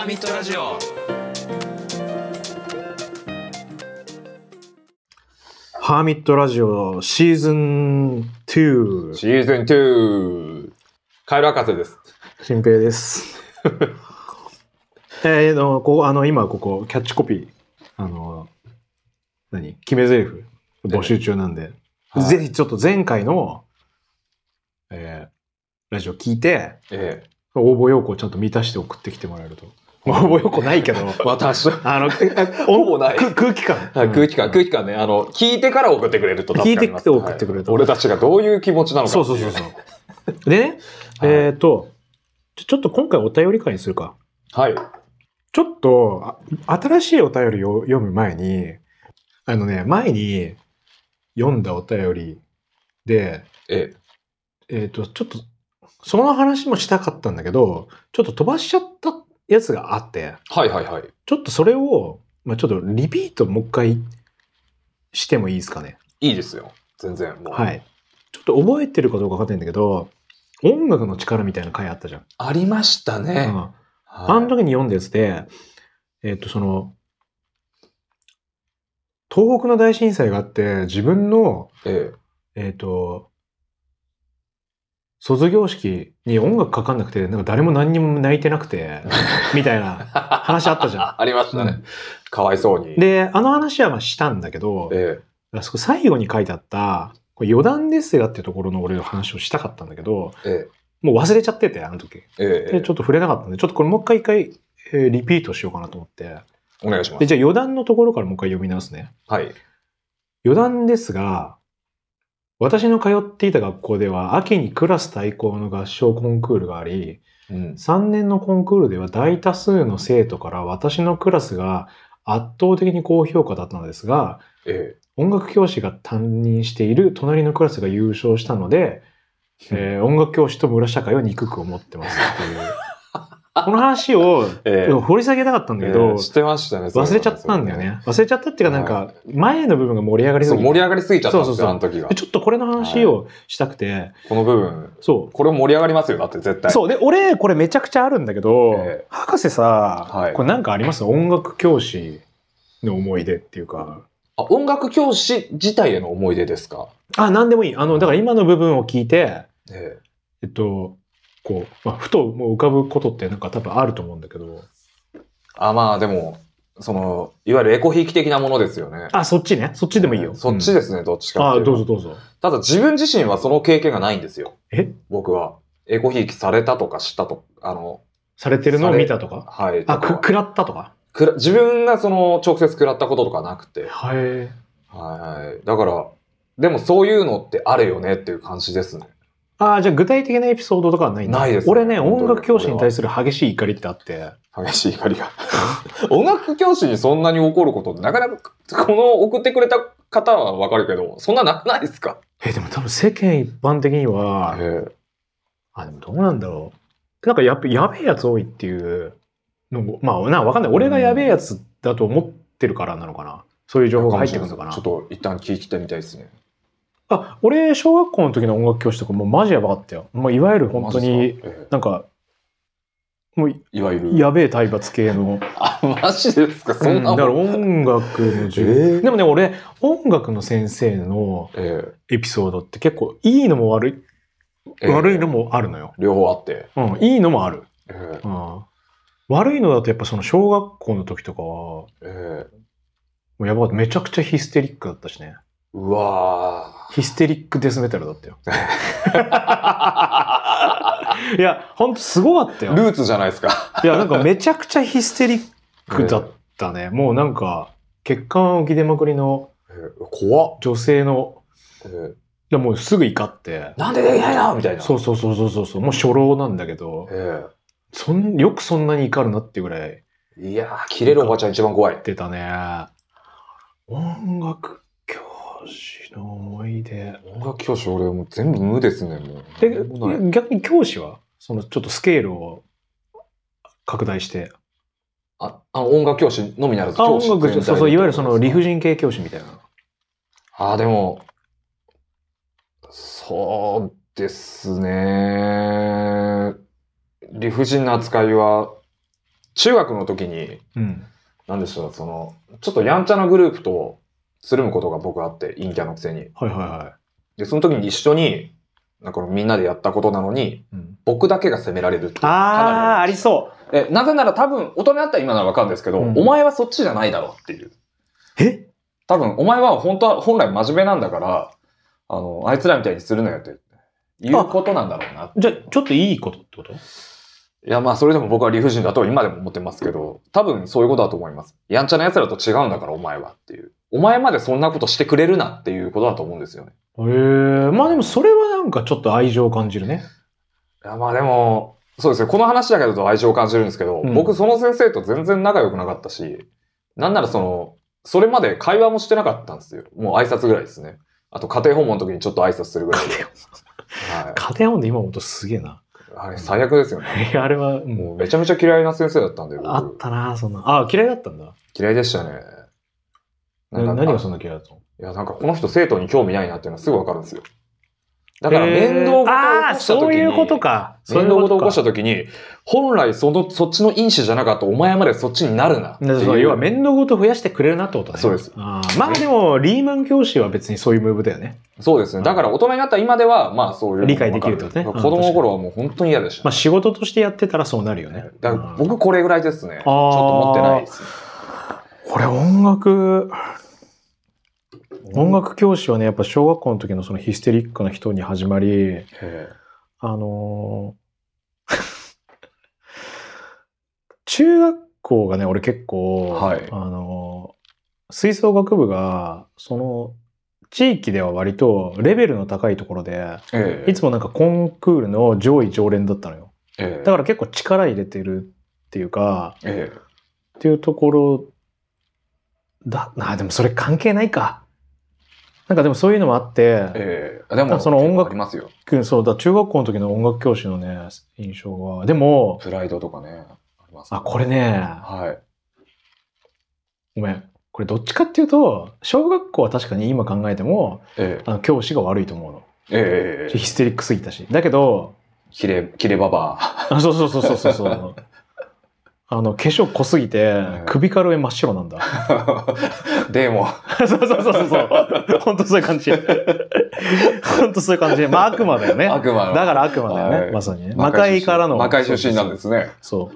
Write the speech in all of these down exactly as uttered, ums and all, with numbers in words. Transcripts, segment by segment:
ーミットラジオ。 ハーミットラジオシーズンに。 シーズンに。カエル博士です。 新平です。えーのここあの今ここキャッチコピーあの何決め台詞募集中なんで、 えー、 ぜひちょっと前回の、えー、ラジオ聞いて、 えー、 応募要項をちゃんと満たして送ってきてもらえると。応募要項ないけど私あのほぼない空気感、 はい、空気感、空気感ね。あの聞いてから送ってくれると助かります。 聞いて送ってくれると、 はい、俺たちがどういう気持ちなのかっていう。 そうそうそうそうでね、えっ、ー、とちょっと今回お便り会にするか。 はい。 ちょっと新しいお便りを読む前に、あのね、前に読んだお便りで、 ええ、えーと、ちょっとその話もしたかったんだけど、ちょっと飛ばしちゃったやつがあって、 はいはいはい。 ちょっとそれを、まあ、ちょっとリピートもう一回してもいいですかね。 いいですよ。全然もう。 はい。ちょっと覚えてるかどうかわかんないんだけど、音楽の力みたいな回あったじゃん。 ありましたね。 うん、あの時に読んだやつで、えっと、その、東北の大震災があって、自分の、 ええ、えっと、卒業式に音楽かかんなくて、なんか誰も何にも泣いてなくて、みたいな話あったじゃん。 ありましたね、うん。かわいそうに。 で、あの話はまあしたんだけど、 ええ、そこ最後に書いてあった、これ余談ですがっていうところの俺の話をしたかったんだけど、 えもう忘れちゃってて、あの時。 えで、ちょっと触れなかったんで、ちょっとこれもう一回一回、えー、リピートしようかなと思って。 お願いします。 で、じゃあ余談のところからもう一回読み直すね。 はい。 余談ですが、私の通っていた学校では秋にクラス対抗の合唱コンクールがあり、うん、さんねんのコンクールでは大多数の生徒から私のクラスが圧倒的に高評価だったのですが、ええ、音楽教師が担任している隣のクラスが優勝したので、えー、音楽教師と村社会は憎く思ってますっていうこの話を掘り下げたかったんだけど、 えー、してましたね。 忘れちゃったんだよね。忘れちゃったっていうか、なんか前の部分が盛り上がりすぎて、 そう盛り上がりすぎちゃったんですよ、あの時が。 ちょっとこれの話をしたくて、はい、 この部分、 そうこれ盛り上がりますよ、だって絶対。 そうで、俺これめちゃくちゃあるんだけど、えー、博士さ、はい、これなんかあります？音楽教師の思い出っていうか。 あ、音楽教師自体への思い出ですか？ あ、なんでもいい。あのだから今の部分を聞いて、えー、えっと。こうまあ、ふともう浮かぶことってなんか多分あると思うんだけど。 あ、まあでも、その、いわゆるエコひいき的なものですよね。 あ、そっちね。そっちでもいいよ。 うん、そっちですね、うん、どっちかっていうと。 あ、どうぞどうぞ。 ただ自分自身はその経験がないんですよ。 え？ 僕は。エコひいきされたとかしたとか、あの、 されてるのを見たとか？ はい。 あ、く、食らったとか？ くら、自分がその、直接食らったこととかなくて。 はい。 はい。だから、でもそういうのってあるよねっていう感じですね。 ああ、じゃあ具体的なエピソードとかはないんだ。 ないです、ね。 俺ね、音楽教師に対する激しい怒りってあって。 激しい怒りが。音楽教師にそんなに怒ることってなかなか、この送ってくれた方はわかるけど、そんななくないですか？ え、でも多分世間一般的には、あ、でもどうなんだろう。なんかやっぱやべえやつ多いっていうのも、まあな、わかんない。俺がやべえやつだと思ってるからなのかな。そういう情報が入ってくるのかな。 ちょっと一旦聞いてみたいですね。 あ、俺、小学校の時の音楽教師とかもうマジやばかったよ。もういわゆる本当に、なんか、もう、 いわゆるやべえ体罰系の。 あ、マジですか？そんなもん、 うん、だから音楽の授業、えー、でもね、俺、音楽の先生のエピソードって結構いいのも悪い、えー、悪いのもあるのよ。 両方あって。 うん、いいのもある。えーうん、悪いのだとやっぱその小学校の時とかは、えー、もうやばかった。めちゃくちゃヒステリックだったしね。 うわーヒステリックデスメタルだったよ。いや、ほんとすごかったよ。 ルーツじゃないですか。 いや、なんかめちゃくちゃヒステリックだったね。えー、もうなんか、血管浮き出まくりの、 えー、怖っ。 女性の、えー、でもうすぐ怒って。 なんでできないのみたいな。 そうそうそうそうそう。もう初老なんだけど、えー、そんよくそんなに怒るなっていうぐらい。 いやー、キレるおばちゃん一番怖い。 出たね。音楽教師の思い出。 音楽教師俺はもう全部無ですね、もう。 え、逆に教師はそのちょっとスケールを拡大して。 あ、あの音楽教師のみならず教師。 あ、音楽教師。そうそう、いわゆるその理不尽系教師みたいな。 ああ、でも、そうですね。理不尽な扱いは中学の時に、うん、なんでしょう、その、ちょっとやんちゃなグループとつるむことが僕あって、陰キャのくせに。 はいはいはい。 で、その時に一緒に、なんかみんなでやったことなのに、うん、僕だけが責められるって。 ああ、ありそう。 え、なぜなら多分、大人だったら今ならわかるんですけど、うん、お前はそっちじゃないだろっていう。 え多分、お前は本当は、本来真面目なんだから、あの、あいつらみたいにするなよって、いうことなんだろうな。 じゃあ、ちょっといいことってこと？ いや、まあ、それでも僕は理不尽だと今でも思ってますけど、多分そういうことだと思います。やんちゃな奴らと違うんだから、お前はっていう。お前までそんなことしてくれるなっていうことだと思うんですよね。 へえ、まあでもそれはなんかちょっと愛情を感じるね。 いや、まあでも、そうですね。この話だけだと愛情を感じるんですけど、うん、僕その先生と全然仲良くなかったし、なんならその、それまで会話もしてなかったんですよ。もう挨拶ぐらいですね。あと家庭訪問の時にちょっと挨拶するぐらい。 家庭訪問、はい、家庭訪問で今思うとすげえな。 あれ最悪ですよね。 いや、あれは、 もうめちゃめちゃ嫌いな先生だったんで。 あったなそんな。あ、嫌いだったんだ。 嫌いでしたね。 なんか何がそんな嫌いだったの？ いや、なんかこの人生徒に興味ないなっていうのはすぐわかるんですよ。だから面倒事を起こした時に、 そういうことか。 面倒事を起こした時に、本来その、そっちの因子じゃなかったお前までそっちになるなっていう。 要は面倒事増やしてくれるなってことね。 そうです。 あまあでも、リーマン教師は別にそういうムーブだよね。 そうですね。だから大人になった今では、まあそういう。 理解できるってことね。 子供の頃はもう本当に嫌でした、ね。 まあ仕事としてやってたらそうなるよね。 だから僕これぐらいですね。ちょっと持ってないですね。 これ音楽、音楽教師はね、やっぱ小学校の時のそのヒステリックな人に始まり、あのー、中学校がね、俺結構、はい、あのー、吹奏楽部が、その、地域では割とレベルの高いところで、ええ、いつもなんかコンクールの上位常連だったのよ。ええ、だから結構力入れてるっていうか、ええ、っていうところだ、な、でもそれ関係ないか。なんかでもそういうのもあって、 ええ、でもその音楽、 ありますよ。 そうだ、中学校の時の音楽教師のね、印象は、でも、 プライドとかね、ありますね。あ、これね、 はい。 ごめん。これどっちかっていうと、小学校は確かに今考えても、ええ、あの教師が悪いと思うの。ええ、ヒステリックすぎたし。だけど、 キレ、キレババア。あ、そうそうそうそうそう。あの、化粧濃すぎて、首から上真っ白なんだ。 でも。 そうそうそうそうそう。本当そういう感じ。本当そういう感じ。まあ悪魔だよね。 悪魔。 だから悪魔だよね。はい、まさにね。魔界からの。 魔界出身なんですね。 そう。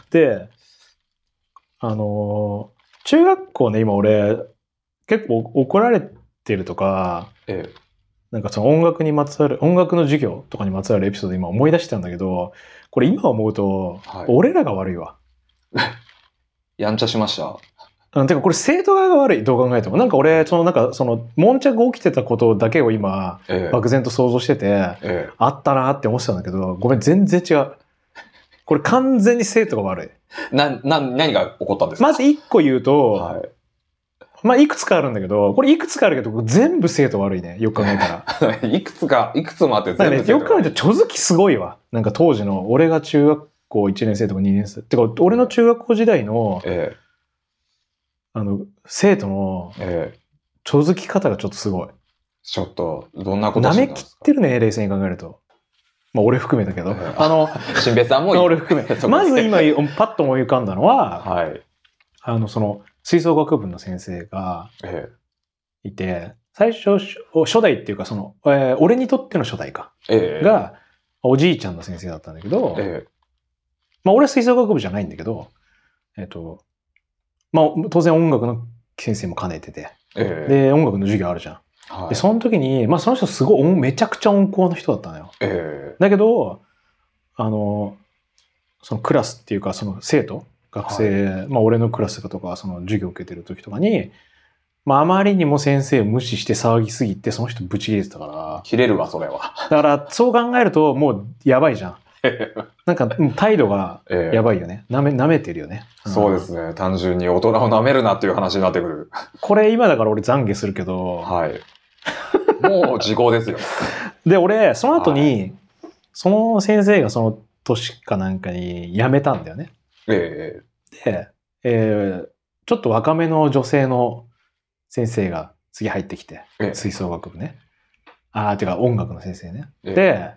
で、あのー、中学校ね、今俺、結構怒られてるとか、ええ、なんかその音楽にまつわる、音楽の授業とかにまつわるエピソード今思い出したんだけど、これ今思うと、はい、俺らが悪いわ。 やんちゃしました。 うん、てかこれ生徒側が悪い、どう考えても。なんか俺、そのなんかその、悶着起きてたことだけを今、ええ、漠然と想像してて、ええ、あったなって思ってたんだけど、ごめん、全然違う。これ完全に生徒が悪い。 な、な、何が起こったんですか？ まず一個言うと、はい、まあいくつかあるんだけど、これいくつかあるけど、全部生徒悪いね。よく考えたら。 いくつか、いくつもあって全部生徒悪い。 ね、よく考えたら、ちょづきすごいわ。なんか当時の、俺が中学校いちねん生とかにねん生。てか、俺の中学校時代の、ええ、あの、生徒の、ちょづき方がちょっとすごい。 ちょっと、どんなことしてたんですか？舐め切ってるね、冷静に考えると。まあ俺含めだけど。ええ、あの、 新別さんもいい。 俺含め。まず今、パッと思い浮かんだのは、はい、あの、その、吹奏楽部の先生がいて、ええ、最初、初代っていうか、その、えー、俺にとっての初代か。ええ、が、おじいちゃんの先生だったんだけど、ええ、まあ俺は吹奏楽部じゃないんだけど、えっと、まあ当然音楽の先生も兼ねてて、ええ、で、音楽の授業あるじゃん。はい、で、その時に、まあその人すごい、めちゃくちゃ温厚な人だったのよ。ええ、だけど、あの、そのクラスっていうか、その生徒、学生、はい、まあ俺のクラスとか、その授業を受けてる時とかに、まああまりにも先生を無視して騒ぎすぎて、その人ブチ切れてたから。 切れるわ、それは。 だから、そう考えると、もうやばいじゃん。なんか、態度がやばいよね。えー、舐め、舐めてるよね。 そうですね。単純に大人を舐めるなっていう話になってくる。 これ今だから俺懺悔するけど。 はい。もう時効ですよ。 で、俺、その後に、はい、その先生がその年かなんかに辞めたんだよね。えー、で、えー、ちょっと若めの女性の先生が次入ってきて、えー、吹奏楽部ね。あー、てか音楽の先生ね。えー、で、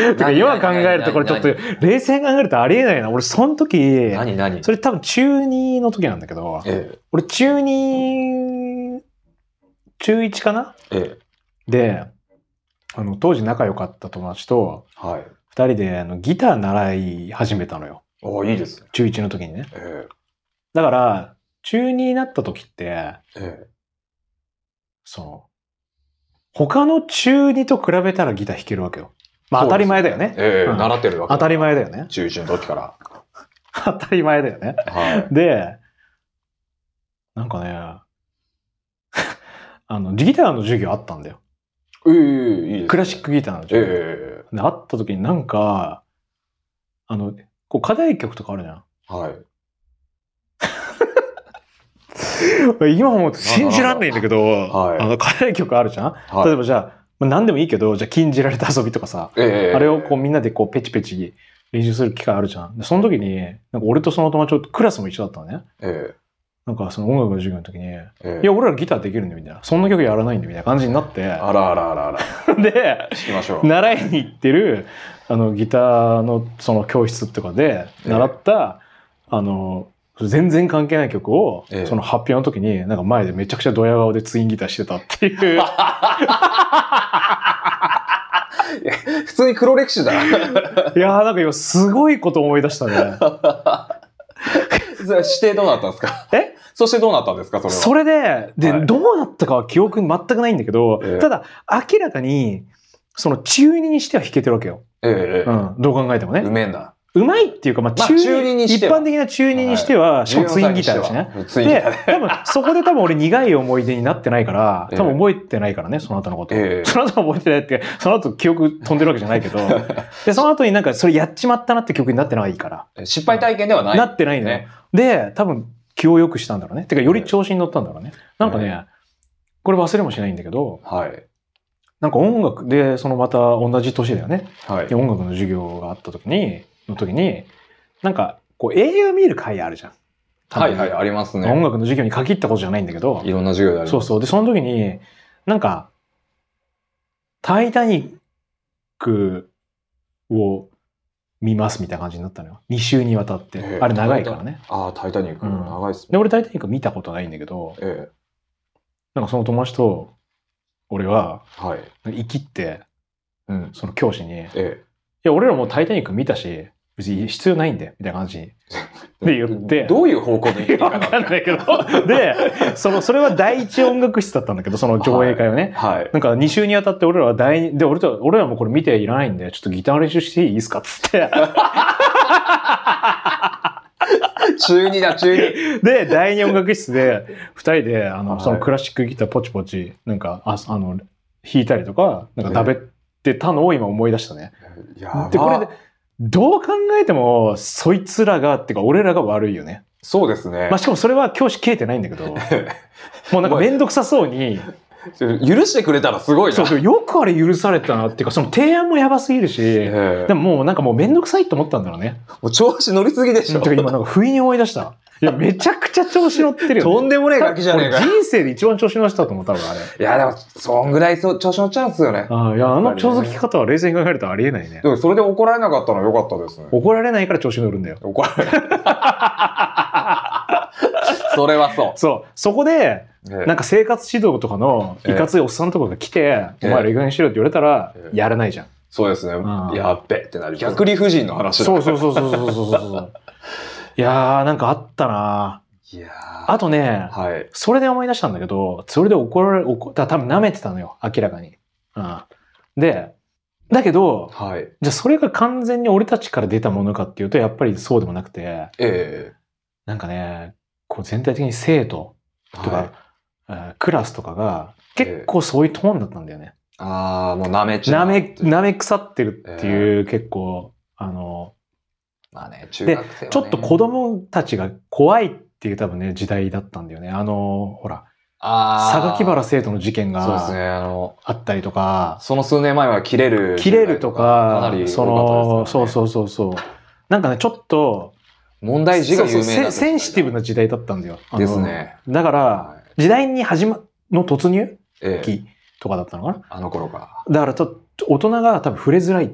てか今考えるとこれちょっと冷静に考えるとありえないな。俺その時、 何何それ多分中にの時なんだけど、ええ、俺中に、中いちかな、ええ、で、あの当時仲良かった友達と、はい、ふたりであのギター習い始めたのよ。 おいいですね。 中いちの時にね。ええ、だから、中にになった時って、ええ、その、他の中にと比べたらギター弾けるわけよ。まあ当たり前だよね。 ええ、うん、習ってるわけ。 当たり前だよね。 中いちの時から。 当たり前だよね。はい、で、なんかね、あの、ギターの授業あったんだよ。 ええいいですね。 クラシックギターの授業。ええ、で、あった時になんか、あの、こう課題曲とかあるじゃん。はい。今思うと信じらんないんだけど、はい、あの課題曲あるじゃん、はい、例えばじゃあ、まあ、何でもいいけど、じゃあ禁じられた遊びとかさ、えー、あれをこうみんなでこうペチペチ練習する機会あるじゃん。でその時に、なんか俺とその友達とクラスも一緒だったのね。えー、なんかその音楽の授業の時に、えー、いや俺らギターできるんだみたいな。そんな曲やらないんだみたいな感じになって。 あらあらあらあら。 で、聞きましょう。習いに行ってる、あのギターのその教室とかで習った、えー、あの、全然関係ない曲を、ええ、その発表の時に、なんか前でめちゃくちゃドヤ顔でツインギターしてたっていう。 普通に黒歴史だ。いやーなんか今すごいこと思い出したね。 指定どうなったんですか？え？そしてどうなったんですかそれは？ それで、で、はい、どうなったかは記憶全くないんだけど、ええ、ただ明らかに、その中ににしては弾けてるわけよ。ええ、うん。どう考えてもね。 うめえんだ。 うまいっていうか、まあ中二にしては、一般的な中二にしては、しかもツインギターだしね。で、多分、そこで多分俺苦い思い出になってないから、多分覚えてないからね、その後のこと。えー、その後は覚えてないって、その後記憶飛んでるわけじゃないけど、で、その後になんかそれやっちまったなって記憶になってないから。 失敗体験ではない。 なってないんだよ。で、多分気を良くしたんだろうね。てか、より調子に乗ったんだろうね。なんかね、これ忘れもしないんだけど、はい。なんか音楽で、そのまた同じ年だよね。はい。で、音楽の授業があった時に、の時に、なんか、こう映画見る回あるじゃん。 はいはい、ありますね。 音楽の授業に限ったことじゃないんだけど。 いろんな授業であります。 そうそう。で、その時に、なんか、タイタニックを見ますみたいな感じになったのよ。に週にわたって。えー、あれ長いからね。 ああ、タイタニック、うん、長いっすね。 で、俺タイタニック見たことないんだけど、えー、なんかその友達と、俺は、はい。生きって、うん、その教師に、えー、いや、俺らもうタイタニック見たし、別に必要ないんで、みたいな感じで言って。 どういう方向で言ってわかんないけど。で、その、それは第一音楽室だったんだけど、その上映会はね。はい。はい、なんかに週にあたって俺らは第二、で、俺と、俺らもこれ見ていらないんで、ちょっとギター練習していいですかつって。 中二だ、中二。 で、第二音楽室で、二人で、あの、はい、そのクラシックギターポチポチ、なんか、あ、あの、弾いたりとか、なんかだべってたのを今思い出したね。 やで、これで、どう考えても、そいつらが、ってか俺らが悪いよね。 そうですね。 まあ、しかもそれは教師切れてないんだけど、もうなんかめんどくさそうに。 許してくれたらすごいな。 そうそう、よくあれ許されたなっていうか、その提案もやばすぎるし、でももうなんかもうめんどくさいと思ったんだろうね。 もう調子乗りすぎでしょ。 てか今なんか不意に思い出した。いや、めちゃくちゃ調子乗ってるよ、ね。 とんでもねえガキじゃねえか。 人生で一番調子乗ってたと思ったのがあれ。 いや、でも、そんぐらい調子乗っちゃうんですよね。 ああ、いや、あの調子き方は冷静に考えるとありえないね。 でもそれで怒られなかったのは良かったですね。 怒られないから調子乗るんだよ。 怒られない。それはそう。 そう。そこで、なんか生活指導とかのいかついおっさんとかが来て、お前らいい加減にしろって言われたら、やらないじゃん。 そうですね。やっべってなる。逆理不尽の話だ。 そうそうそうそうそうそうそう。いやー、なんかあったないやあとね、はい、それで思い出したんだけど、それで怒られ、怒多分舐めてたのよ、明らかに。うん、で、だけど、はい、じゃあそれが完全に俺たちから出たものかっていうと、やっぱりそうでもなくて、えー、なんかね、こう全体的に生徒とか、はい、クラスとかが結構そういうトーンだったんだよね。 えー、ああ、もう舐めちゃう。舐め、舐め腐ってるっていう、えー、結構、あの、 まあね、中学生はね、 で、ちょっと子供たちが怖いっていう多分ね、時代だったんだよね。あの、ほら、榊原生徒の事件がそうですね、あの、 あったりとか、 その数年前は切れる。 切れるとか、かなりその、そうそうそうそう。なんかね、ちょっと、 問題児が有名な、 そうそう、センシティブな時代だったんだよ。 ですね。 だから、はい、時代に始ま、の突入期とかだったのかな、 あの頃か。 だからちょっと大人が多分触れづらい。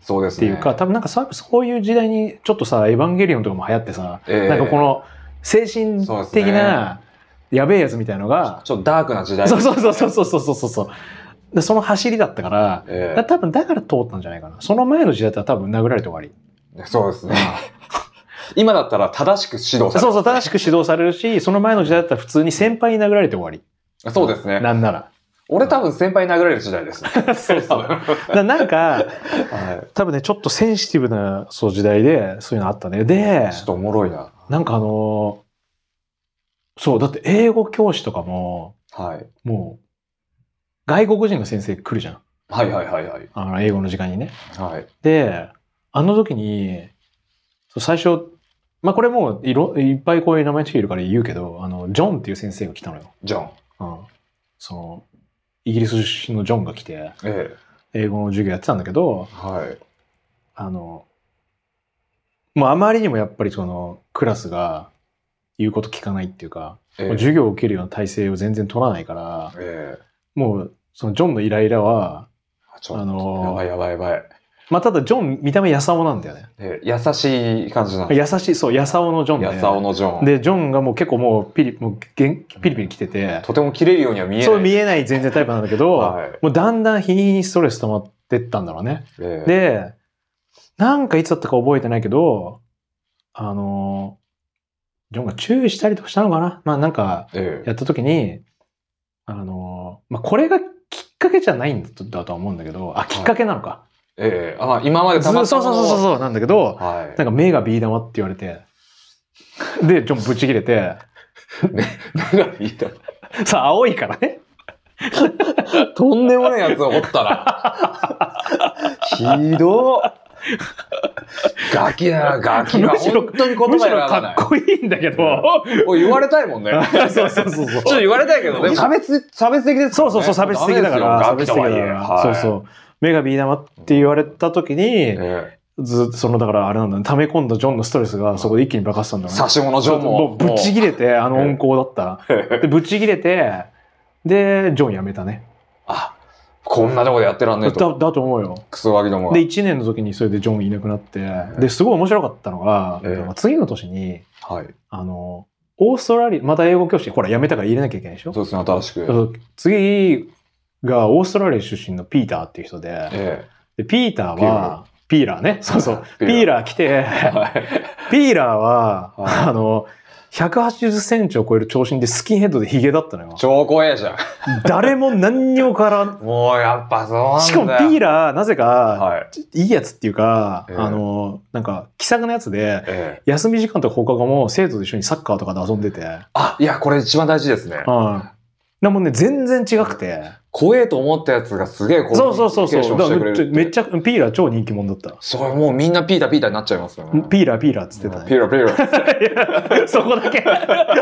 そうですっていうか、多分なんかさそういう時代にちょっとさ、エヴァンゲリオンとかも流行ってさ、 えーなんかこの精神的なやべえやつみたいのが、 ちょっとダークな時代、 そうそうそうそうそうそうそうそう。でその走りだったから、 えー、 だ多分だから通ったんじゃないかな。その前の時代だったら多分殴られて終わり。 そうですね。今だったら正しく指導される。 そうそう、正しく指導されるし、その前の時代だったら普通に先輩に殴られて終わり。 そうですね。 なんなら。 俺多分先輩に殴られる時代です、ね。 そうそう。だなんか、はい、多分ね、ちょっとセンシティブなそう時代で、そういうのあったね。で、 ちょっとおもろいな。 なんかあのー、そう、だって英語教師とかも、 はい、 もう、外国人の先生来るじゃん。 はいはいはいはい。 あの、英語の時間にね。 はい。 で、あの時に、最初、まあこれもういろいっぱいこういう名前つけてるから言うけど、あの、ジョンっていう先生が来たのよ。 ジョン。 うん。その、イギリス出身のジョンが来て、 ええ、英語の授業やってたんだけど、 はい。 あの、もうあまりにもやっぱりその、クラスが言うこと聞かないっていうか、えー、授業を受けるような体制を全然取らないから、えー、もう、そのジョンのイライラは、 あの、やばいやばいやばい。 まあ、ただジョン見た目やさおなんだよね。 えー、優しい感じなんですか？優しい、そう、やさおのジョンで。 やさおのジョン。 で、ジョンがもう結構もうピリ、もうピリピリ来てて。 とても切れるようには見えない。 そう見えない全然タイプなんだけど、はい、もうだんだん日に日にストレス溜まってったんだろうね。えー、で、なんかいつだったか覚えてないけど、あの、ジョンが注意したりとかしたのかな？まあなんか、やった時に、えー、あの、まあこれがきっかけじゃないんだとは思うんだけど、あ、きっかけなのか。はい、 ええー、あ、今までたまそうそうそうそうなんだけど、はい、なんか目がビー玉って言われて、で、ジョンぶち切れて、 目がビー玉さあ、青いからね。 とんでもないやつをおったら。ひどっ。ガキだな、ガキが本当に言葉選ばない。 かっこいいんだけど。 おい言われたいもんね。 そうそうそうそう。 ちょっと言われたいけど、でも差別、差別的です、ね。 そうそうそう、差別的だから。 ガキとはいえ。 そうそう。目がビー玉って言われた時に、ええ、ずっとそのだからあれなんだね、溜め込んだジョンのストレスがそこで一気に爆発したんだよね。 差し物ジョンも。 もうぶち切れて、あの温厚だったら。で、ぶち切れて、で、ジョン辞めたね。 あ、こんなとこでやってらんねえと。 だ、だと思うよ。 クソガキどもが。 で、いちねんの時にそれでジョンいなくなって、ええ、で、すごい面白かったのが、ええ、次の年に、はい、あの、オーストラリア、また英語教師、ほら辞めたから入れなきゃいけないでしょ？ そうですね、新しく。 次がオーストラリア出身のピーターっていう人で、ええ、でピーターは、ピーラーね。そうそう。ピーラー来て、ピーラーは、あの、ひゃくはちじゅっセンチを超える長身でスキンヘッドでヒゲだったのよ。 超怖えじゃん。 誰も何にも変わらん。 もうやっぱそうなんだよ。 しかもピーラー、なぜか、はい、いいやつっていうか、えー、あの、なんか、気さくなやつで、えー、休み時間とか放課後も生徒と一緒にサッカーとかで遊んでて。 あ、いや、これ一番大事ですね。 うん。でもね、全然違くて。 怖えと思ったやつがすげえコミュニケーションしてくれるって。そうそうそうそう。 めっちゃ、ピーラー超人気者だった。 それもうみんなピーターピーターになっちゃいますよね。 ピーラーピーラーっつってたね。 ピーラーピーラー。 そこだけ。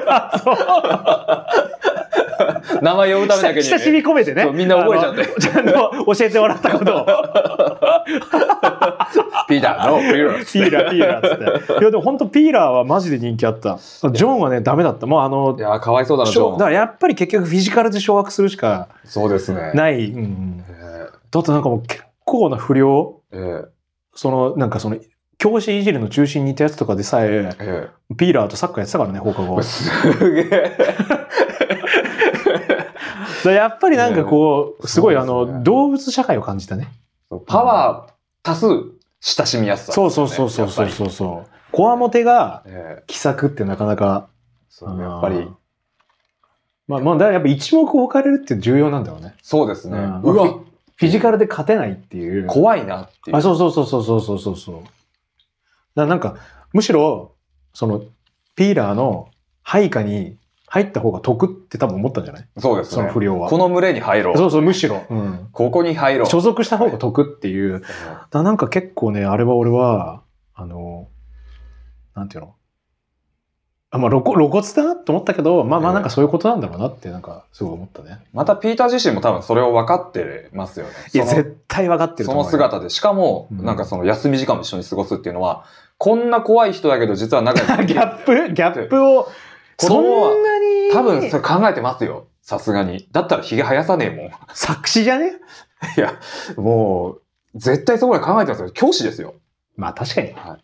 名前呼ぶためだけに、ね。 親しみ込めてね。 みんな覚えちゃって。 ちゃんと教えてもらったことを。 ピーター、ノー、ピーラー。 ピーラー、ピーラーっつって。いや、でも本当ピーラーはマジで人気あった。ジョンはね、ダメだった。もうあの、 いや、かわいそうだな、ジョン。 だからやっぱり結局フィジカルで掌握するしか。 そうですね。 ない。うん。だってなんかもう結構な不良。えー、その、なんかその、教師いじりの中心にいたやつとかでさえ、えー、ピーラーとサッカーやってたからね、放課後。 すげえ。 やっぱりなんかこう、すごいあの、動物社会を感じたね。 パワー足す親しみやすさ、 そうそうそうそうそうそうそう。こわもてが気さくってなかなか、 そうやっぱり。 まあまあ、だからやっぱ一目置かれるって重要なんだろうね。 そうですね。 うわ、フィジカルで勝てないっていう。 怖いなっていう。 あ、そうそうそうそうそうそうそう。だからなんか、むしろ、その、ピーラーの配下に入った方が得って多分思ったんじゃない？ そうですね。 その不良は。 この群れに入ろう。 そうそう、むしろ。うん、 ここに入ろう。 所属した方が得っていう。だなんか結構ね、あれは俺は、あの、なんていうの？あ、まあ、露骨、露骨だなと思ったけど、まあまあなんかそういうことなんだろうなって、なんかすごい思ったね。 またピーター自身も多分それを分かってますよね。 いや、絶対分かってると思う。 その姿で。しかも、なんかその休み時間も一緒に過ごすっていうのは、こんな怖い人だけど実は仲良くギャップギャップを、そんなに多分それ考えてますよ。さすがに。だったら髭生やさねえもん。 作詞じゃね？ いや、もう、 絶対そこで考えてますよ。教師ですよ。 まあ確かに。 はい、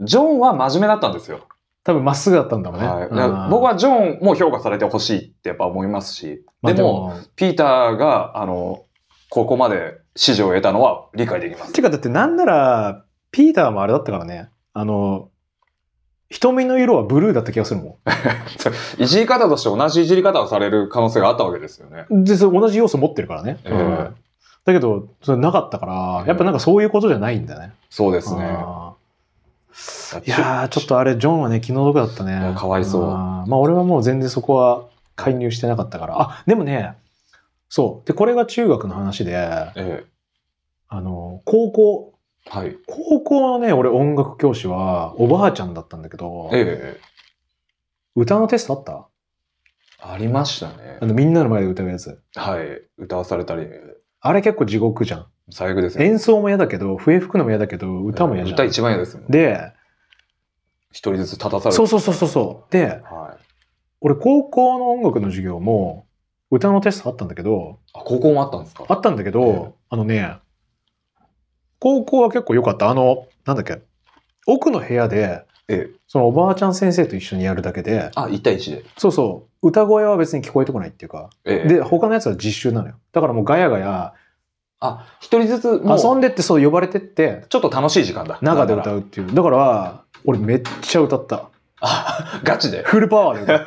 ジョンは真面目だったんですよ。 多分まっすぐだったんだもんね。 はい、僕はジョンも評価されてほしいってやっぱ思いますし、 まあ、 でも、ピーターが、あの、ここまで支持を得たのは理解できます。 てかだってなんなら、ピーターもあれだったからね。あの、瞳の色はブルーだった気がするもん。いじり方として同じいじり方をされる可能性があったわけですよね。 で、それ同じ要素持ってるからね。えーうん、だけど、それなかったから、やっぱなんかそういうことじゃないんだね。 そうですね。 いやー、ちょっとあれ、ジョンはね、気の毒だったね。 かわいそう。 あまあ、俺はもう全然そこは介入してなかったから。あ、でもね、そう。で、これが中学の話で、ええ、あの、高校。 はい。 高校のね、俺音楽教師は、おばあちゃんだったんだけど、ええ、歌のテストあった？ ありましたね。 あの、みんなの前で歌うやつ。 はい。歌わされたり。 あれ結構地獄じゃん。 最悪ですよ。 演奏も嫌だけど、笛吹くのも嫌だけど、歌も嫌じゃん。 歌一番嫌ですよ。 で、 一人ずつ立たされる。 そうそうそうそう。で、はい、俺高校の音楽の授業も歌のテストあったんだけど、 あ、高校もあったんですか？ あったんだけど、えー、あのね、高校は結構良かった。あの、なんだっけ、奥の部屋で、ええ、そのおばあちゃん先生と一緒にやるだけで、 あ、一対一で。 そうそう、歌声は別に聞こえてこないっていうか、ええ、で、他のやつは実習なのよ。だからもうガヤガヤ、 あ、一人ずつもう遊んでってそう呼ばれてって、 ちょっと楽しい時間だ。 中で歌うっていう。だから、俺めっちゃ歌った。 あ、ガチでフルパワーで歌った。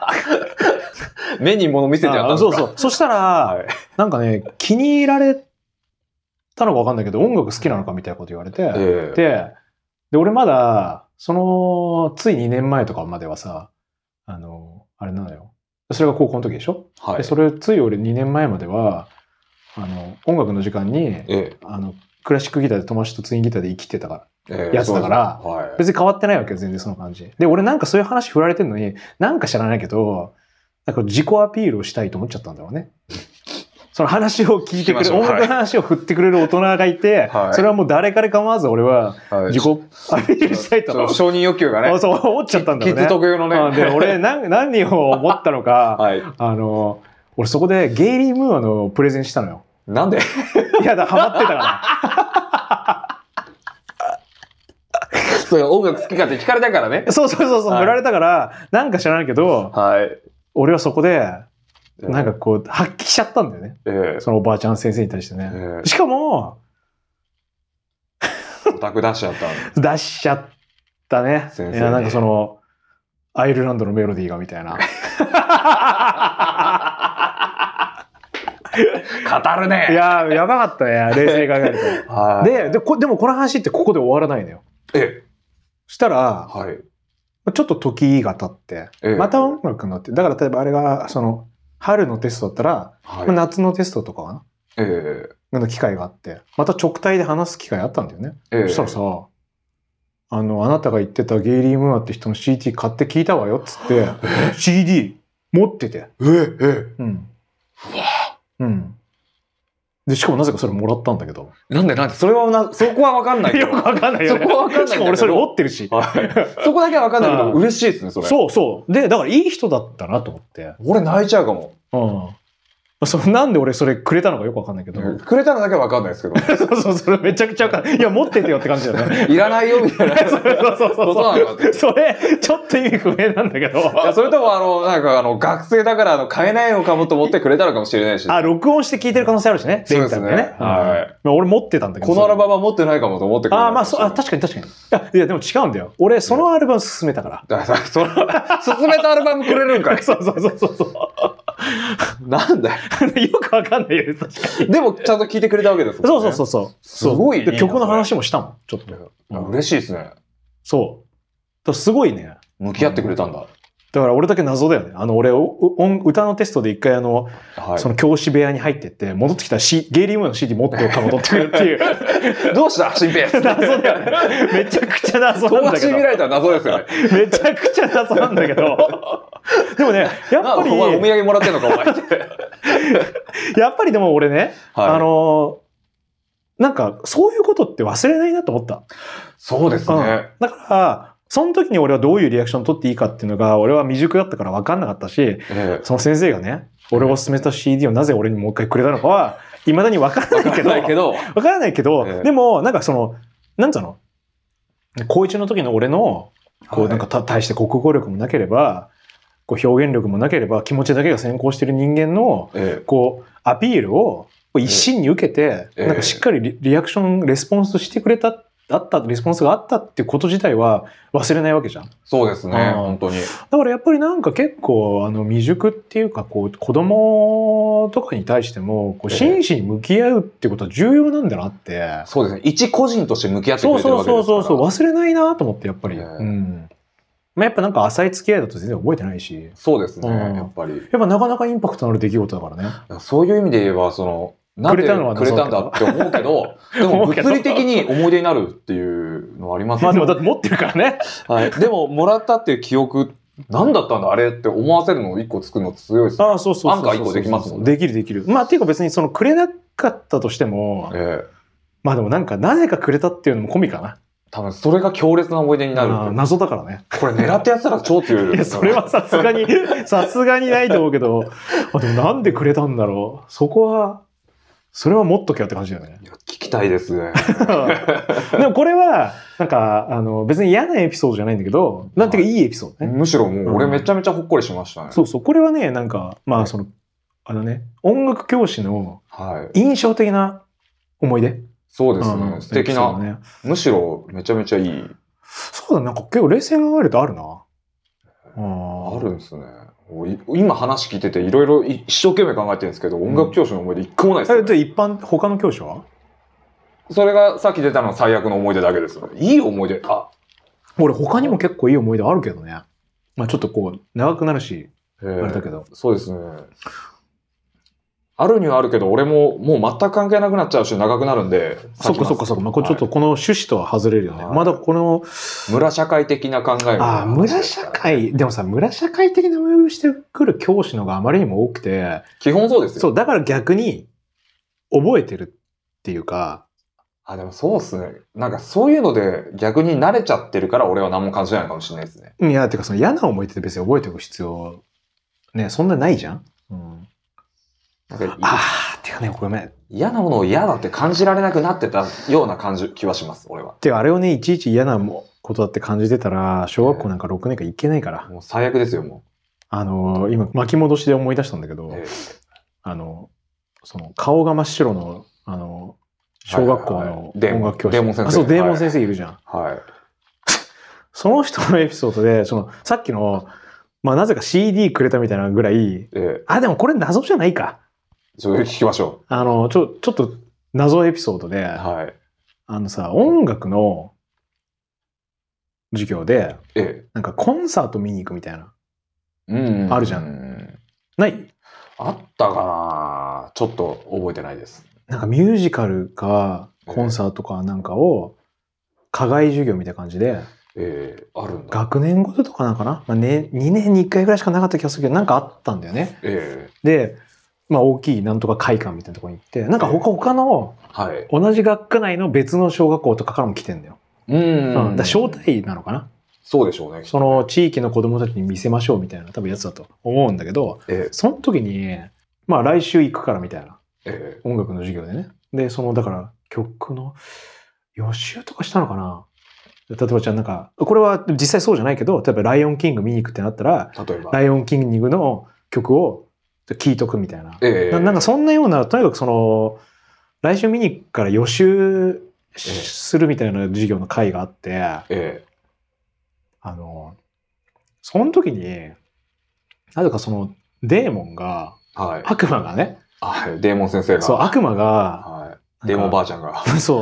目に物見せてやったんですか？ そうそう。そしたら、はい、なんかね、気に入られたのかわかんないけど、音楽好きなのかみたいなこと言われて、えー、で、で、俺まだ、その、ついにねんまえとかまではさ、あの、あれなのよ。それが高校の時でしょ？はい。で、それ、つい俺にねんまえまでは、あの、音楽の時間に、えー、あの、クラシックギターで友達とツインギターで生きてたから、えー、やつだから、はい、別に変わってないわけよ、全然その感じ。で、俺なんかそういう話振られてるのに、なんか知らないけど、なんか自己アピールをしたいと思っちゃったんだろうね。その話を聞いてくれる、音楽の話を振ってくれる大人がいて、はい、それはもう誰彼構わず俺は自己アピールしたいと。 はい、承認欲求がね。 そう、思っちゃったんだよね。 キッズ特有のね。 で、俺何、何を思ったのか、はい、あの、俺そこでゲイリー・ムーアのプレゼンしたのよ。 なんで？ いやだ、ハマってたから。 そう、音楽好きかって聞かれたからね。 そうそうそうそう、はい、振られたから、なんか知らないけど、はい、俺はそこで、なんかこう、発揮しちゃったんだよね。えー、そのおばあちゃん先生に対してね。えー、しかも、 オタク出しちゃった。 出しちゃったね。先生いや、なんかその、アイルランドのメロディーがみたいな。 語るね。 いや、やばかったね。冷静に考えると。はい、で、でこ、でもこの話ってここで終わらないのよ。ええ。したら、はい、ちょっと時が経って、ええ、また音楽になって、だから例えばあれが、その、春のテストだったら、はい、夏のテストとかかな、ええ、の機会があって、また直対で話す機会あったんだよね。ええ、そしたらさ、あの、あなたが言ってたゲイリー・ムーアって人の シーディー 買って聞いたわよっつって、シーディー 持ってて。ええ、ええ。うん。うわうん。で、しかもなぜかそれもらったんだけど。 なんでなんでそれはな、そこはわかんないけど。 よくわかんないよね。 そこはわかんないんだけど。 しかも俺それ持ってるし。はい、 そこだけはわかんないけど、嬉しいですね、それ。 そうそう。で、だからいい人だったなと思って。 俺泣いちゃうかも。 うん。それなんで俺それくれたのかよくわかんないけど。 くれたのだけはわかんないですけど。 そうそう、それめちゃくちゃわかんない。いや、持っててよって感じだよね。 いらないよ、みたいな。そうそうそうそう。それ、ちょっと意味不明なんだけど。いや、それともあの、なんかあの、学生だからあの、買えないのかもと思ってくれたのかもしれないし。 あ、録音して聞いてる可能性あるしね。 そうですね。 はい。俺持ってたんだけど。 このアルバムは持ってないかもと思ってくれた。 あ、まあ、そう、あ、確かに確かに。いや、いやでも違うんだよ。俺、そのアルバム進めたから。 だから、その、進めたアルバムくれるんかい。 そうそうそうそう。 なんだよ。 よくわかんないよね、確かに。 でも、ちゃんと聴いてくれたわけですもんね。 そうそうそうそう。 すごいね。で、曲の話もしたもん、ちょっと。 うん、嬉しいですね。 そう。すごいね。 向き合ってくれたんだ。 だから俺だけ謎だよね。あの、俺、歌のテストで一回あの、はい、その教師部屋に入ってって、戻ってきたら、C、ゲイリー・ムーアの シーディー 持ってよかも取ってくるっていう。 どうした新平謎だよね。めちゃくちゃ謎なんだけど。 友達見られたら謎ですよね。 めちゃくちゃ謎なんだけど。でもね、やっぱり。 お前お土産もらってんのか、お前って。 やっぱりでも俺ね、はい、あの、なんか、そういうことって忘れないなと思った。 そうですね。うん、 だから、その時に俺はどういうリアクションを取っていいかっていうのが、俺は未熟だったから分かんなかったし、ええ、その先生がね、俺を勧めた シーディー をなぜ俺にもう一回くれたのかは、 未だにわからないけど、 わからないけど、 わからないけど、 えー、 でも、なんかその、なんつうの、高一の時の俺の、こうなんかた、対して国語力もなければ、こう表現力もなければ気持ちだけが先行している人間の、 えー、 こう、アピールを一身に受けて、 えー、 なんかしっかり リ, リアクション、レスポンスしてくれた、あった、レスポンスがあったっていうこと自体は忘れないわけじゃん。 そうですね、本当に。 だからやっぱりなんか結構、あの、未熟っていうか、こう、子供とかに対しても、こう真摯に向き合うっていうことは重要なんだなって。えー、 そうですね。一個人として向き合ってくれてるわけですから。 そうそうそうそう、忘れないなと思って、やっぱり。 えー、 うん。まあ、やっぱなんか浅い付き合いだと全然覚えてないし。 そうですね、 うん、 やっぱり。 やっぱなかなかインパクトのある出来事だからね。 そういう意味で言えば、その、なんでくれたのはくれたんだって思うけど、でも物理的に思い出になるっていうのはありますね。 まあでもだって持ってるからね。 はい。でも、もらったっていう記憶、何だったんだあれって思わせるのを一個作るの強いですね。 ああ、そうそうそうそう。 アンカー一個できますもんね。 できるできる。まあっていうか別にそのくれなかったとしても、ええ、まあでもなんかなぜかくれたっていうのも込みかな。 多分それが強烈な思い出になる。 あ、謎だからね。 これ狙ってやってたら超強い。 いや、それはさすがに、さすがにないと思うけど、あ、でもなんでくれたんだろう。そこは、それは持っとけよって感じだよね。 いや、聞きたいですね。 でもこれは、なんか、あの、別に嫌なエピソードじゃないんだけど、なんていうかいいエピソードね。 むしろもう俺めちゃめちゃほっこりしましたね。 うん、そうそう。これはね、なんか、まあその、あのね、音楽教師の印象的な思い出。 そうですね。うん、素敵な、ね。むしろめちゃめちゃいい。 そうだ、なんか結構冷静に考えるとあるな。 あるんですね。今話聞いてていろいろ一生懸命考えてるんですけど、うん、音楽教師の思い出一個もないです、ね。 じゃあ一般、他の教師は？ それがさっき出たのは最悪の思い出だけですよね。いい思い出。あ、 俺他にも結構いい思い出あるけどね。まあちょっとこう、長くなるし、あれだけど。 そうですね。あるにはあるけど、俺ももう全く関係なくなっちゃうし、長くなるんで。 そっかそっかそっか。まあ、これちょっとこの趣旨とは外れるよね。はい、まだこの。 村社会的な考えが。ああ、村社会。でもさ、村社会的な思いをしてくる教師のがあまりにも多くて。 基本そうですよ。 そう、だから逆に、覚えてるっていうか。 あ、でもそうっすね。なんかそういうので逆に慣れちゃってるから俺は何も感じないのかもしれないですね。 いや、てかその嫌な思い出って別に覚えておく必要、ね、そんなないじゃん。うん。なんかああ、てかね、ごめん。 嫌なものを嫌だって感じられなくなってたような感じ、気はします、俺は。 てか、あれをね、いちいち嫌なことだって感じてたら、小学校なんかろくねんかん行けないから。 えー、もう最悪ですよ、もう。 あのー、今、巻き戻しで思い出したんだけど、えー、あの、その、顔が真っ白の、あの、小学校の音楽教師。 デーモン先生。 あ、そう、デーモン先生いるじゃん。 はい。 その人のエピソードで、その、さっきの、まあ、なぜか シーディー くれたみたいなぐらい、えー、あ、でもこれ謎じゃないか。 ちょっと聞きましょう。 あの、ちょ、ちょっと謎エピソードで、はい。あのさ、音楽の授業で、ええ、なんかコンサート見に行くみたいな。うん。あるじゃん。ない？ あったかな？ちょっと覚えてないです。 なんかミュージカルか、コンサートかなんかを、課外授業みたいな感じで、 ええ、あるんだ。 学年ごととかなんかな、まあね、にねんにいっかいぐらいしかなかった気がするけど、なんかあったんだよね。ええ、で、まあ大きいなんとか会館みたいなところに行って、なんか他、他の、はい、同じ学科内の別の小学校とかからも来てんだよ。うん。うん、だ招待なのかな。 そうでしょうね。 その地域の子供たちに見せましょうみたいな多分やつだと思うんだけど、ええ、その時に、まあ来週行くからみたいな。ええ、音楽の授業でね。で、その、だから曲の予習とかしたのかな。例えばじゃあなんか、これは実際そうじゃないけど、例えばライオンキング見に行くってなったら、例えばライオンキングの曲を聞いとくみたいな。えー、な, なんかそんなような、とにかくその、来週見に行くから予習するみたいな授業の会があって、えー、あの、その時に、なぜかその、デーモンが、はい、悪魔がね、 はい、デーモン先生が。 そう、悪魔が、はい、 デーモンばあちゃんが。 そう。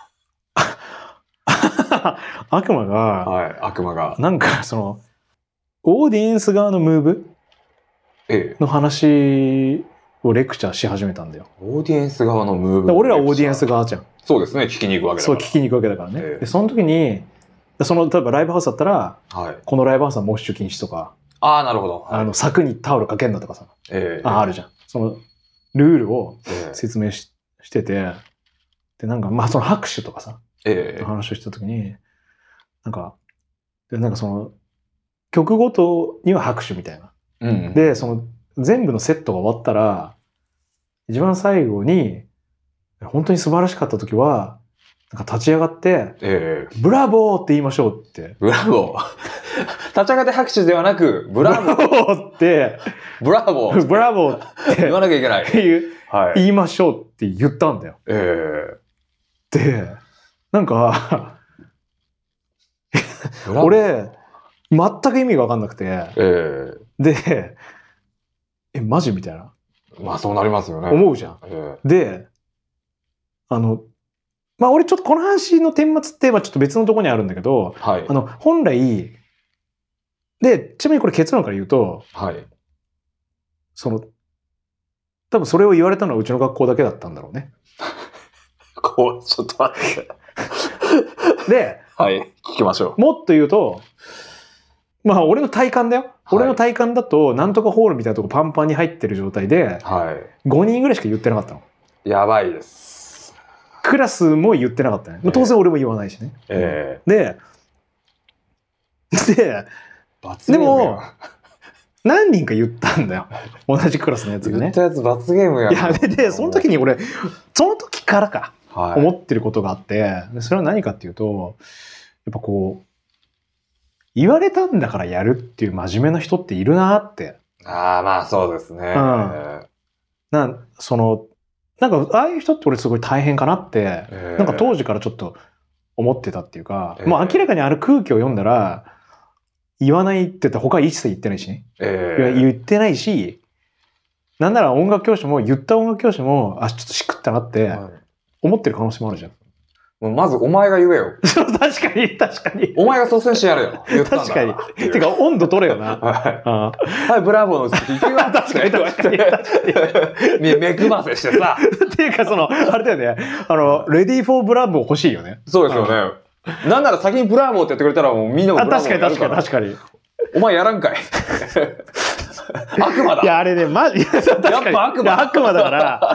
悪魔が、 はい、悪魔が。 なんかその、オーディエンス側のムーブの話をレクチャーし始めたんだよ。 オーディエンス側のムーブ。 俺らオーディエンス側じゃん。 そうですね、聞きに行くわけだから。 そう、聞きに行くわけだからね。ええ、で、その時に、その、例えばライブハウスだったら、はい、このライブハウスはモッシュ禁止とか、 ああ、なるほど。 はい、あの、柵にタオルかけんなとかさ、ええ、あ, あるじゃん。その、ルールを説明 し,、え、してて、で、なんか、まあ、その拍手とかさ、ええ、話をした時に、なんか、で、なんかその、曲ごとには拍手みたいな。うんうん、で、その、全部のセットが終わったら、 一番最後に、本当に素晴らしかった時は、なんか立ち上がって、 ええ、 ブラボーって言いましょうって。 ブラボー立ち上がって拍手ではなく、ブラボーブラボーって、 ブラボーブラボーって言わなきゃいけない。 っていう、 はい、 言いましょうって言ったんだよ。 ええで、なんか、俺、全く意味がわかんなくて、 ええ、 で、え、マジみたいな。 まあそうなりますよね。 思うじゃん。ええ、で、あの、まあ俺ちょっとこの話の顛末ってまあちょっと別のところにあるんだけど、はい、あの本来で、ちなみにこれ結論から言うと、はい、その多分それを言われたのはうちの学校だけだったんだろうね。 こうちょっと待って。 で、 はい、聞きましょう。 もっと言うと、まあ俺の体感だよ。はい、俺の体感だとなんとかホールみたいなとこパンパンに入ってる状態で、はい、ごにんぐらいしか言ってなかったの。 やばいです。 クラスも言ってなかったね。えー、当然俺も言わないしね。えー、で、で、でも、何人か言ったんだよ。同じクラスのやつがね。 言ったやつ罰ゲームや。 いや、で、でその時に俺、その時からか、はい、思ってることがあって、それは何かっていうと、やっぱこう、言われたんだからやるっていう真面目な人っているなって。 ああ、まあそうですね。うん、 な、その、なんか、ああいう人って俺すごい大変かなって、えー、なんか当時からちょっと思ってたっていうか、えー、もう明らかにある空気を読んだら、言わないって言ったら他一切言ってないしね。えー、言ってないし、なんなら音楽教師も言った音楽教師も、あ、ちょっとしくったなって思ってる可能性もあるじゃん。 まずお前が言えよ。 確かに、確かに。 お前が率先してやるよ。言ったんだ確かに。てか、温度取れよな。 はい。はい、ブラボーの時行くよ。 確かに、確かに。確かに。目くませしてさ。 っていうか、その、あれだよね。あの、レディーフォーブラボー欲しいよね。 そうですよね。なんなら先にブラボーってやってくれたらもうみんなもブラボーやるから。 確かに、確かに、確かに。 お前やらんかい。悪魔だ。 いや、あれね、マジ、やっぱ悪魔。 悪魔だから、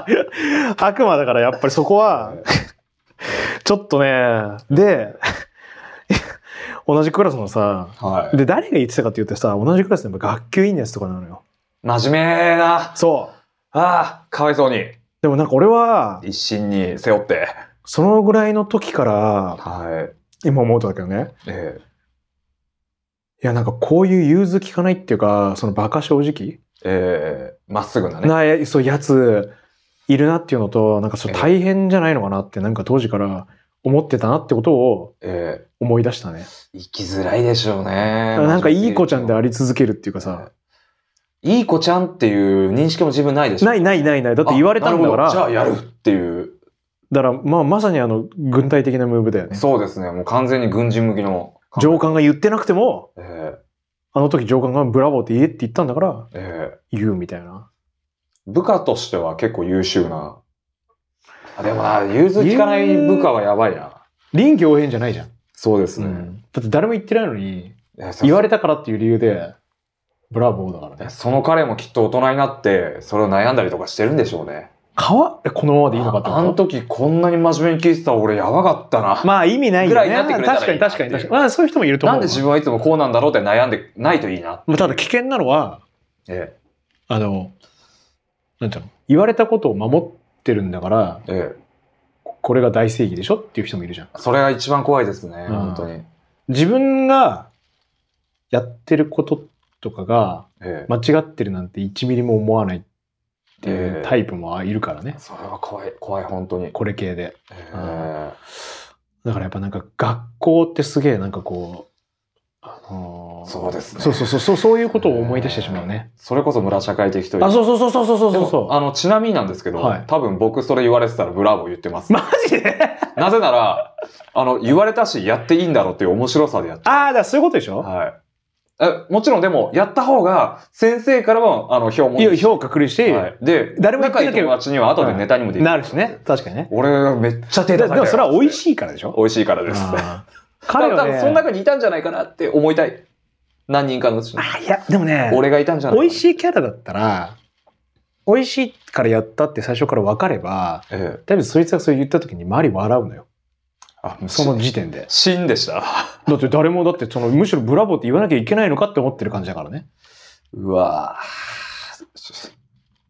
悪魔だから、やっぱりそこは、ちょっとね、で、同じクラスのさ、はい、で、誰が言ってたかって言ってさ、同じクラスで学級委員のやつとかなのよ。 真面目な。 そう。 ああ、かわいそうに。 でもなんか俺は、 一心に背負って。 そのぐらいの時から、はい、今思うとだけどね。ええ、いや、なんかこういう融通きかないっていうか、そのバカ正直。 ええ、まっすぐなね。 な、そう、やつ、いるなっていうのと、なんかそれ大変じゃないのかなって、なんか当時から思ってたなってことを思い出したね。 えー、生きづらいでしょうね。 なんかいい子ちゃんであり続けるっていうかさ。 いい子ちゃんっていう認識も自分ないでしょ。 ないないないない。だって言われたんだから。 じゃあやるっていう。 だからまあまさにあの軍隊的なムーブだよね。 そうですね。もう完全に軍人向きの。 上官が言ってなくても、えー、あの時上官がブラボーって言えって言ったんだから、えー、言うみたいな。 部下としては結構優秀な。あ、でもな、融通きかない部下はやばいな。 臨機応変じゃないじゃん。 そうですね。うん、 だって誰も言ってないのに、言われたからっていう理由で、ブラボーだからね。 その彼もきっと大人になって、それを悩んだりとかしてるんでしょうね。 かわ、このままでいいのかってこと？ あの時こんなに真面目に聞いてた俺やばかったな。 まあ意味ないよね。 ぐらいになってくれたらいい。 確かに確かに確かに。まあそういう人もいると思う。 なんで自分はいつもこうなんだろうって悩んでないといいな。 まあただ危険なのは、ええ、あの、なんていうの？言われたことを守ってるんだから、ええ、これが大正義でしょっていう人もいるじゃん。 それが一番怖いですね、うん、本当に。 自分がやってることとかが間違ってるなんていちミリも思わないっていうタイプもいるからね。 えー、それは怖い、怖い、本当に。 これ系で。 えー、 だからやっぱなんか学校ってすげえなんかこう、あのー、 そうですね。 そうそうそう、そういうことを思い出してしまうね。 それこそ村社会的というか。 あ、そうそうそうそうそうそうそう。 あの、ちなみになんですけど、はい、多分僕それ言われてたらブラボー言ってます。 マジで？ なぜなら、あの、言われたしやっていいんだろうっていう面白さでやってる。 ああ、だからそういうことでしょ？ はい。え、もちろんでも、やった方が、先生からも、あの、評も。 評価来るし、はい、 で、誰も仲いい友達には後でネタにもできる、 はい。なるしね。確かにね。 俺がめっちゃ手出された。 でもそれは美味しいからでしょ？ 美味しいからです。彼はね、その中にいたんじゃないかなって思いたい。何人かのうちに。 あ、いや、でもね、 俺がいたんじゃないかな。 美味しいキャラだったら、美味しいからやったって最初から分かれば、ええ、多分そいつがそう言った時に周り笑うのよ。あ、その時点で。 シーンでした。 だって誰もだってそのむしろブラボーって言わなきゃいけないのかって思ってる感じだからね。 うわ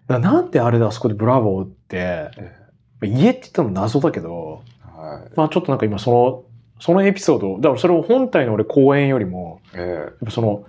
なんであれであそこでブラボーって、ええ、家って言ったのも謎だけど、はい、まあちょっとなんか今その、そのエピソード、だからそれを本体の俺公演よりも、ええ、やっぱその、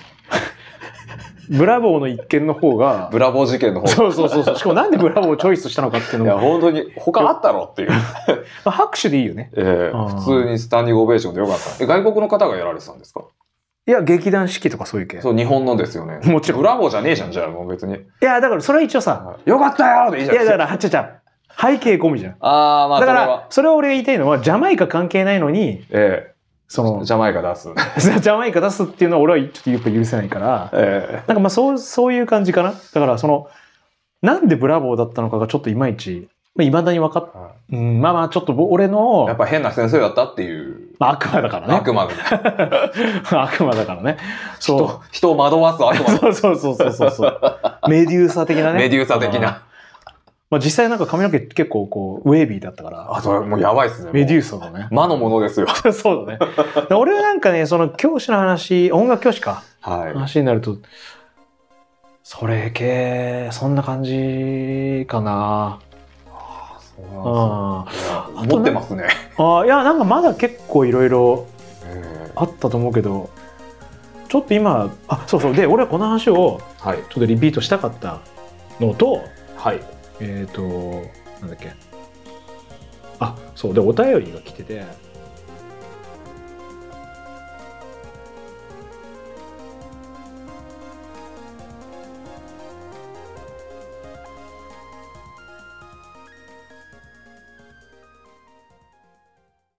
ブラボーの一件の方が。 ブラボー事件の方が。 そうそうそうそう。しかもなんでブラボーをチョイスしたのかっていうのが。 いや、本当に他あったろっていう。まあ、拍手でいいよね。 ええ、普通にスタンディングオベーションでよかった。え、外国の方がやられてたんですか？ いや、劇団四季とかそういう系。 そう、日本のですよね。 もちろん。 ブラボーじゃねえじゃん、じゃあもう別に。いや、だからそれは一応さ、 よかったよでいいじゃん。 いや、だから、はっちゃちゃ、背景込みじゃん。 ああ、まあだから、それを俺が言いたいのは、ジャマイカ関係ないのに、 ええ。 その、 ジャマイカ出す。 ジャマイカ出すっていうのは俺はちょっとやっぱ許せないから、ええ。なんかまあそう、そういう感じかな。だからその、なんでブラボーだったのかがちょっといまいち、いまだに分かっ、うん、まあまあちょっと俺の、 やっぱ変な先生だったっていう。 まあ悪魔だからね。 悪魔だ。 悪魔だからね。 そう。人、人を惑わす悪魔。 そうそうそうそうそう。メデューサ的なね。 メデューサ的な。 まあ実際なんか髪の毛結構こう、ウェービーだったから。 あ、それもうやばいっすね。 メデューサだね。 魔のものですよ。 そうだね。俺はなんかね、その教師の話、音楽教師か。 はい。 話になると、それ系、そんな感じかな。 ああ、そうなんですね。持ってますね。 ああ、いや、なんかまだ結構いろいろあったと思うけど、ちょっと今、あ、そうそう。で、俺はこの話を、ちょっとリピートしたかったのと、 はい。 えっと、なんだっけ。あ、そう。で、お便りが来てて、